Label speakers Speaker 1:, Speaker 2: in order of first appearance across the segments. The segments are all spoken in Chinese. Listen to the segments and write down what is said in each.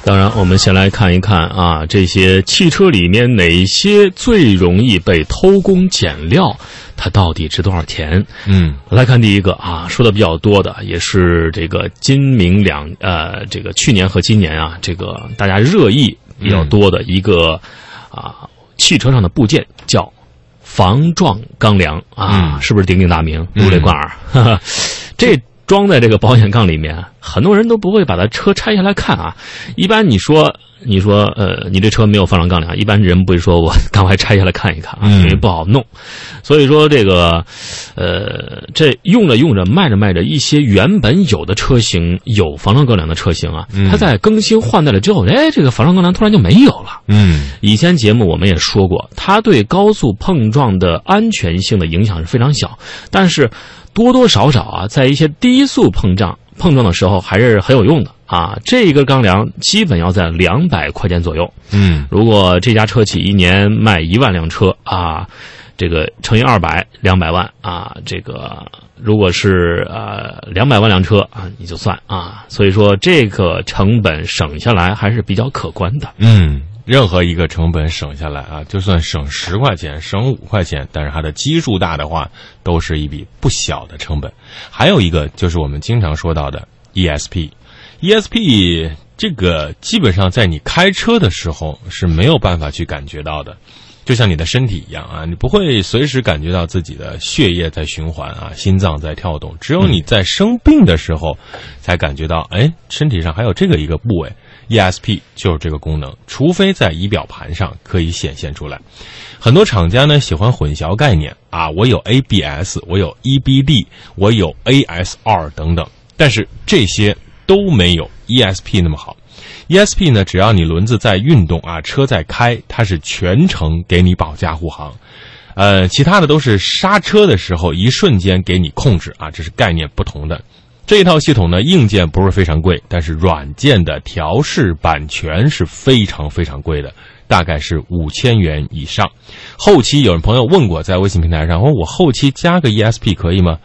Speaker 1: 当然，我们先来看一看啊，这些汽车里面哪些最容易被偷工减料，它到底值多少钱？来看第一个啊，说的比较多的，也是这个今明这个去年和今年啊，这个大家热议比较多的一个汽车上的部件叫防撞钢梁啊，是不是鼎鼎大名，如雷贯耳？这装在这个保险杠里面，很多人都不会把它车拆下来看啊。一般你说你这车没有防撞钢梁，一般人不会说我赶快拆下来看一看啊，因为不好弄。所以说这个这用着用着卖着卖着，一些原本有的车型有防撞钢梁的车型啊，它在更新换代了之后，这个防撞钢梁突然就没有了。以前节目我们也说过，它对高速碰撞的安全性的影响是非常小，但是多多少少啊，在一些低速碰撞的时候还是很有用的啊。这个钢梁基本要在200块钱左右。如果这家车企一年卖1万辆车啊，这个乘以200万啊，这个如果是200万辆车啊，你就算啊。所以说这个成本省下来还是比较可观的。
Speaker 2: 任何一个成本省下来啊，就算省10块钱、省5块钱，但是它的基数大的话，都是一笔不小的成本。还有一个就是我们经常说到的 ESP，ESP 这个基本上在你开车的时候是没有办法去感觉到的，就像你的身体一样啊，你不会随时感觉到自己的血液在循环啊，心脏在跳动，只有你在生病的时候才感觉到，身体上还有这个一个部位。ESP 就是这个功能，除非在仪表盘上可以显现出来。很多厂家呢喜欢混淆概念啊，我有 ABS， 我有 EBD， 我有 ASR 等等，但是这些都没有 ESP 那么好。ESP 呢，只要你轮子在运动啊，车在开，它是全程给你保驾护航。其他的都是刹车的时候一瞬间给你控制啊，这是概念不同的。这一套系统呢，硬件不是非常贵，但是软件的调试版权是非常非常贵的，大概是5000元以上。后期有人朋友问过，在微信平台上，我后期加个 ESP 可以吗？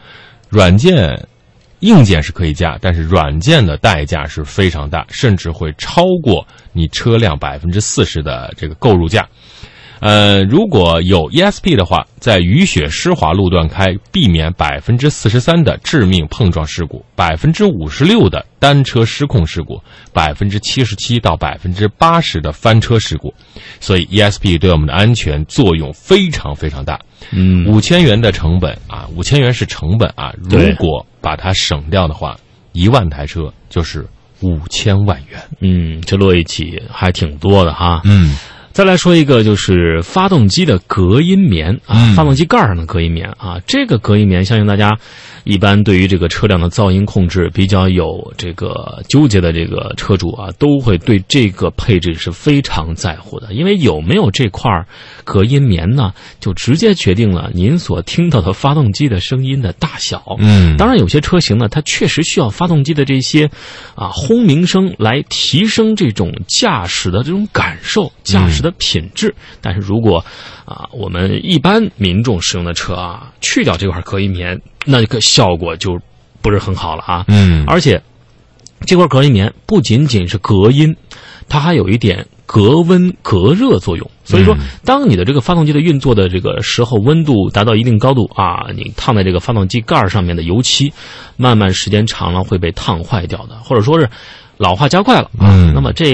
Speaker 2: 硬件是可以加，但是软件的代价是非常大，甚至会超过你车辆40%的这个购入价。如果有 ESP 的话，在雨雪湿滑路段开，避免43%的致命碰撞事故，56%的单车失控事故，77%到80%的翻车事故。所以 ESP 对我们的安全作用非常非常大。5000元的成本啊，5000元是成本啊，如果把它省掉的话，1万台车就是5000万元。
Speaker 1: 这摞一起还挺多的哈。再来说一个，就是发动机的隔音棉啊，发动机盖上的隔音棉啊，这个隔音棉，相信大家一般对于这个车辆的噪音控制比较有这个纠结的这个车主啊，都会对这个配置是非常在乎的，因为有没有这块隔音棉呢，就直接决定了您所听到的发动机的声音的大小。当然有些车型呢，它确实需要发动机的这些轰鸣声来提升这种驾驶的这种感受，驾驶的品质。但是如果我们一般民众使用的车啊，去掉这块隔音棉，那这个效果就不是很好了啊。而且这块隔音棉不仅仅是隔音，它还有一点隔温隔热作用。所以说当你的这个发动机的运作的这个时候，温度达到一定高度啊，你烫在这个发动机盖上面的油漆慢慢时间长了会被烫坏掉的，或者说是老化加快了啊。那么这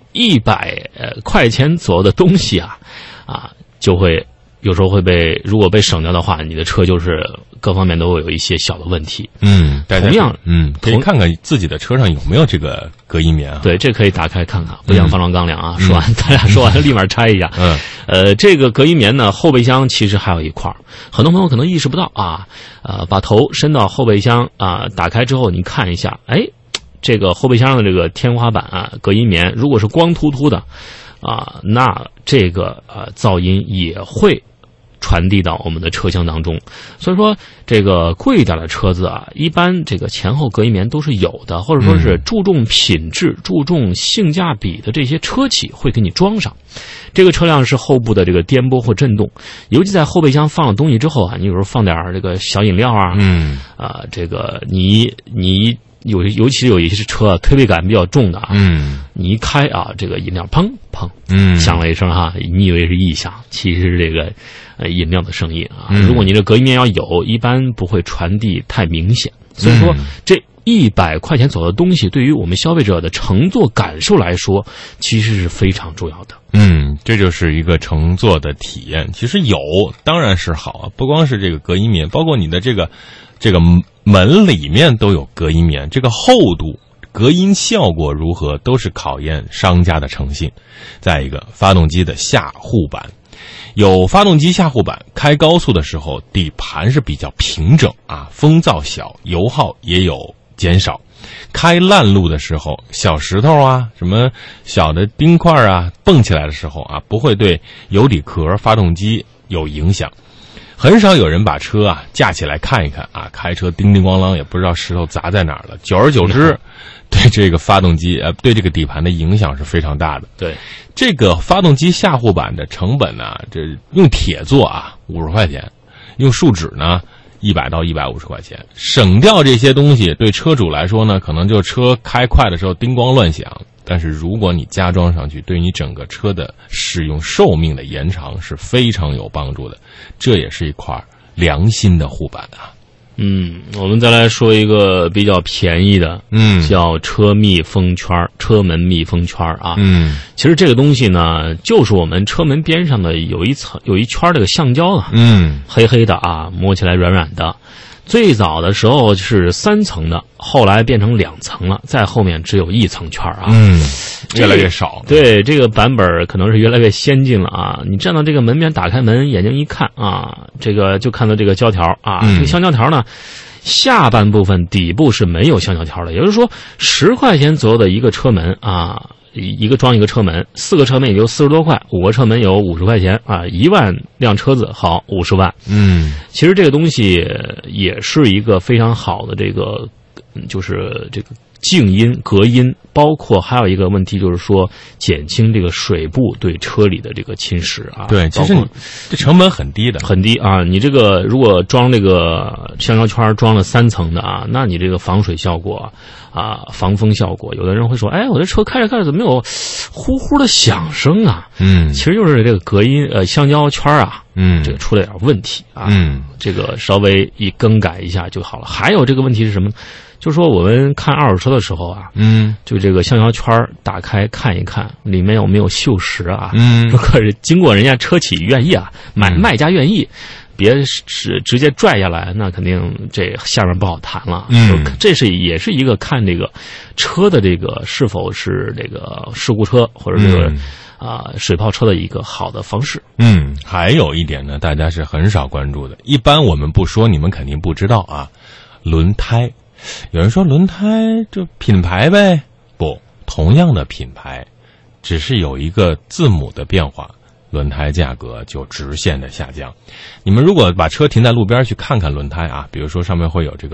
Speaker 1: 100块钱左右的东西就会有时候会如果被省掉的话，你的车就是各方面都会有一些小的问题。同样
Speaker 2: 可以看看自己的车上有没有这个隔音棉啊。
Speaker 1: 对，这可以打开看看，不像防撞钢梁啊。大家说完立马拆一下。这个隔音棉呢，后备箱其实还有一块，很多朋友可能意识不到把头伸到后备箱打开之后，你看一下，这个后备箱的这个天花板隔音棉如果是光秃秃的那这个噪音也会传递到我们的车厢当中。所以说这个贵一点的车子一般这个前后隔音棉都是有的，或者说是注重品质注重性价比的这些车企会给你装上。这个车辆是后部的这个颠簸或震动，尤其在后备箱放了东西之后你有时候放点这个小饮料这个你尤其有一些车推背感比较重的啊，你一开啊，这个饮料砰砰，响了一声哈，你以为是异响，其实是这个饮料的声音啊。如果你这隔音棉要有，一般不会传递太明显。所以说这100块钱左右的东西，对于我们消费者的乘坐感受来说，其实是非常重要的。
Speaker 2: 这就是一个乘坐的体验。其实有当然是好啊，不光是这个隔音棉，包括你的这个门里面都有隔音棉，这个厚度、隔音效果如何，都是考验商家的诚信。再一个，发动机的下护板。有发动机下护板，开高速的时候底盘是比较平整啊，风噪小，油耗也有减少。开烂路的时候，小石头啊，什么小的冰块啊，蹦起来的时候啊，不会对油底壳、发动机有影响。很少有人把车啊架起来看一看啊，开车叮叮咣啷也不知道石头砸在哪儿了。久而久之，对这个发动机对这个底盘的影响是非常大的。
Speaker 1: 对，
Speaker 2: 这个发动机下护板的成本呢，这用铁做啊50块钱，用树脂呢100到150块钱。省掉这些东西，对车主来说呢，可能就车开快的时候叮咣乱响。但是如果你加装上去，对你整个车的使用寿命的延长是非常有帮助的。这也是一块良心的护板啊。
Speaker 1: 我们再来说一个比较便宜的，叫车密封圈、车门密封圈啊。其实这个东西呢，就是我们车门边上的有一圈这个橡胶啊，黑黑的啊，摸起来软软的。最早的时候是3层的，后来变成2层了，再后面只有1层圈啊。
Speaker 2: 越来越少。
Speaker 1: 对，这个版本可能是越来越先进了啊。你站到这个门边，打开门，眼睛一看啊，这个就看到这个胶条啊。这个橡胶条呢，下半部分底部是没有橡胶条的，也就是说10块钱左右的一个车门啊，一个装一个车门，4个车门也就40多块，5个车门有50块钱啊，1万辆车子好50万。其实这个东西也是一个非常好的这个，就是这个静音、隔音，包括还有一个问题就是说减轻这个水部对车里的这个侵蚀啊。
Speaker 2: 对，其实这成本很低的，
Speaker 1: 很低啊！你这个如果装这个橡胶圈，装了3层的啊，那你这个防水效果啊，防风效果，有的人会说，哎，我这车开着开着怎么有呼呼的响声啊？其实就是这个隔音橡胶圈啊，这个出了点问题啊，这个稍微一更改一下就好了。还有这个问题是什么呢？就是说我们看二手车的时候啊，就这个橡胶圈打开看一看，里面有没有锈蚀啊？如果是经过人家车企愿意啊，卖家愿意，别是直接拽下来，那肯定这下面不好谈了。这也是一个看这个车的这个是否是这个事故车或者这个水泡车的一个好的方式。
Speaker 2: 还有一点呢，大家是很少关注的，一般我们不说，你们肯定不知道啊，轮胎。有人说轮胎就品牌呗，不，同样的品牌，只是有一个字母的变化，轮胎价格就直线的下降。你们如果把车停在路边去看看轮胎啊，比如说上面会有这个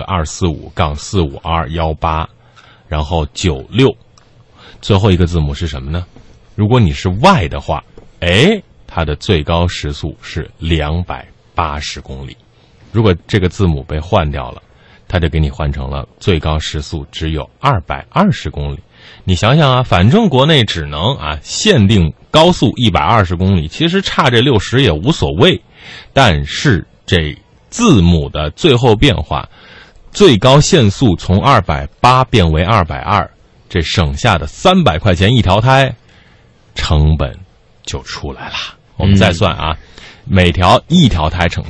Speaker 2: 245-45218，然后96，最后一个字母是什么呢？如果你是 Y 的话，它的最高时速是280公里。如果这个字母被换掉了，它就给你换成了最高时速只有220公里。你想想啊，反正国内只能限定高速120公里，其实差这60也无所谓。但是这字母的最后变化，最高限速从280变为220，这省下的300块钱一条胎，成本就出来了。我们再算啊，每条一条胎省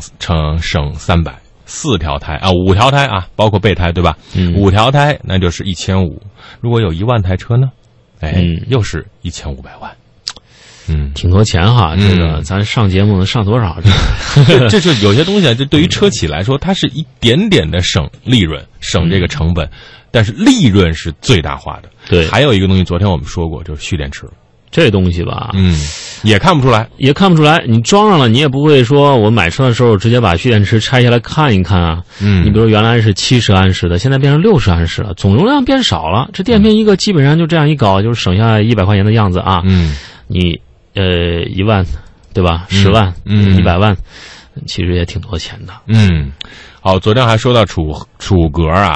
Speaker 2: 300。4条胎啊，5条胎啊，包括备胎对吧？5条胎那就是1500。如果有1万台车呢？又是1500万。
Speaker 1: 挺多钱哈。这个咱上节目能上多少？
Speaker 2: 这是有些东西啊，这对于车企来说，它是一点点的省利润，省这个成本，但是利润是最大化的。
Speaker 1: 对，
Speaker 2: 还有一个东西，昨天我们说过，就是蓄电池。
Speaker 1: 这东西吧，
Speaker 2: 也看不出来，
Speaker 1: 你装上了，你也不会说我买车的时候直接把蓄电池拆下来看一看啊。你比如原来是70安时的，现在变成60安时了，总容量变少了，这电瓶一个基本上就这样一搞，就是省下100块钱的样子啊。你1万对吧？10万，100万，其实也挺多钱的。
Speaker 2: 好，昨天还说到楚格啊。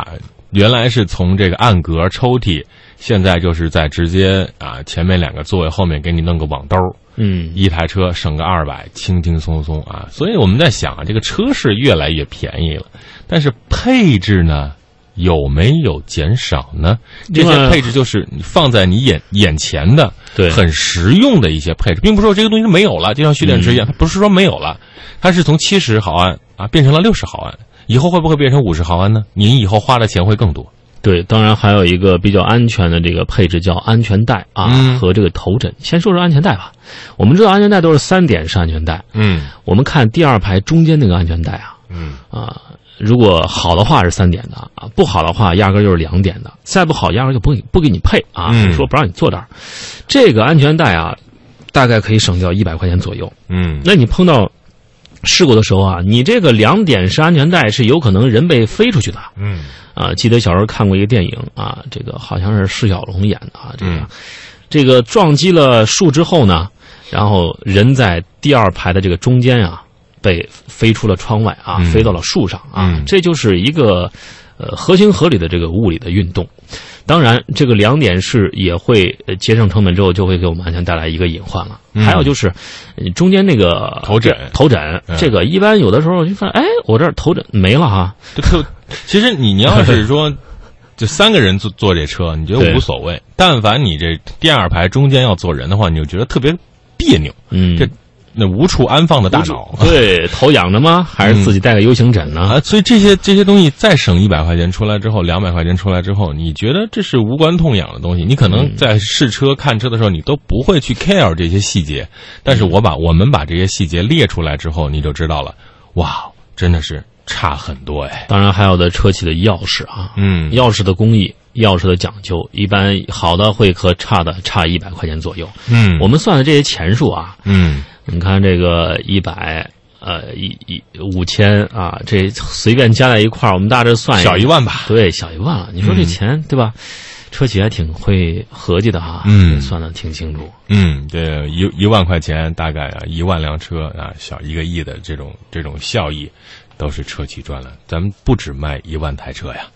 Speaker 2: 原来是从这个暗格抽屉，现在就是在直接啊前面2个座位后面给你弄个网兜，一台车省个200，轻轻松松啊。所以我们在想啊，这个车是越来越便宜了，但是配置呢有没有减少呢？这些配置就是你放在你眼前的，
Speaker 1: 对，
Speaker 2: 很实用的一些配置，并不是说这个东西没有了，就像蓄电池一样，它不是说没有了，它是从70毫安啊变成了60毫安，以后会不会变成50毫安呢？您以后花的钱会更多。
Speaker 1: 对，当然还有一个比较安全的这个配置叫安全带啊，和这个头枕。先说说安全带吧。我们知道安全带都是3点式安全带，我们看第2排中间那个安全带啊，如果好的话是3点的啊，不好的话压根就是2点的，再不好压根就不给你配啊，说不让你坐这儿。这个安全带啊，大概可以省掉100块钱左右。那你碰到事故的时候啊，你这个2点式安全带是有可能人被飞出去的。记得小时候看过一个电影啊，这个好像是释小龙演的啊，这个撞击了树之后呢，然后人在第2排的这个中间啊，被飞出了窗外啊，飞到了树上啊，这就是一个合情合理的这个物理的运动。当然，这个2点式也会节省成本之后，就会给我们安全带来一个隐患了。还有就是中间那个头枕，这个一般有的时候就发现，哎，我这儿头枕没了哈。
Speaker 2: 其实你要是说就3个人坐这车，你觉得无所谓，但凡你这第2排中间要坐人的话，你就觉得特别别扭。那无处安放的大脑，
Speaker 1: 对，头仰着吗？还是自己带个 U 型枕呢？
Speaker 2: 所以这些东西再省100块钱出来之后，200块钱出来之后，你觉得这是无关痛痒的东西，你可能在试车看车的时候，你都不会去 care 这些细节。但是我们把这些细节列出来之后，你就知道了，哇，真的是差很多哎。
Speaker 1: 当然还有的车企的钥匙啊，钥匙的工艺。钥匙的讲究，一般好的会和差的差100块钱左右。我们算的这些钱数啊，你看这个100， 5000啊，这随便加在一块儿，我们大致算
Speaker 2: 小1万吧。
Speaker 1: 对，小1万了。你说这钱对吧？车企还挺会合计的哈，算得挺清楚。
Speaker 2: 这1万块钱大概啊1万辆车啊，小1个亿的这种效益，都是车企赚了。咱们不只卖1万台车呀。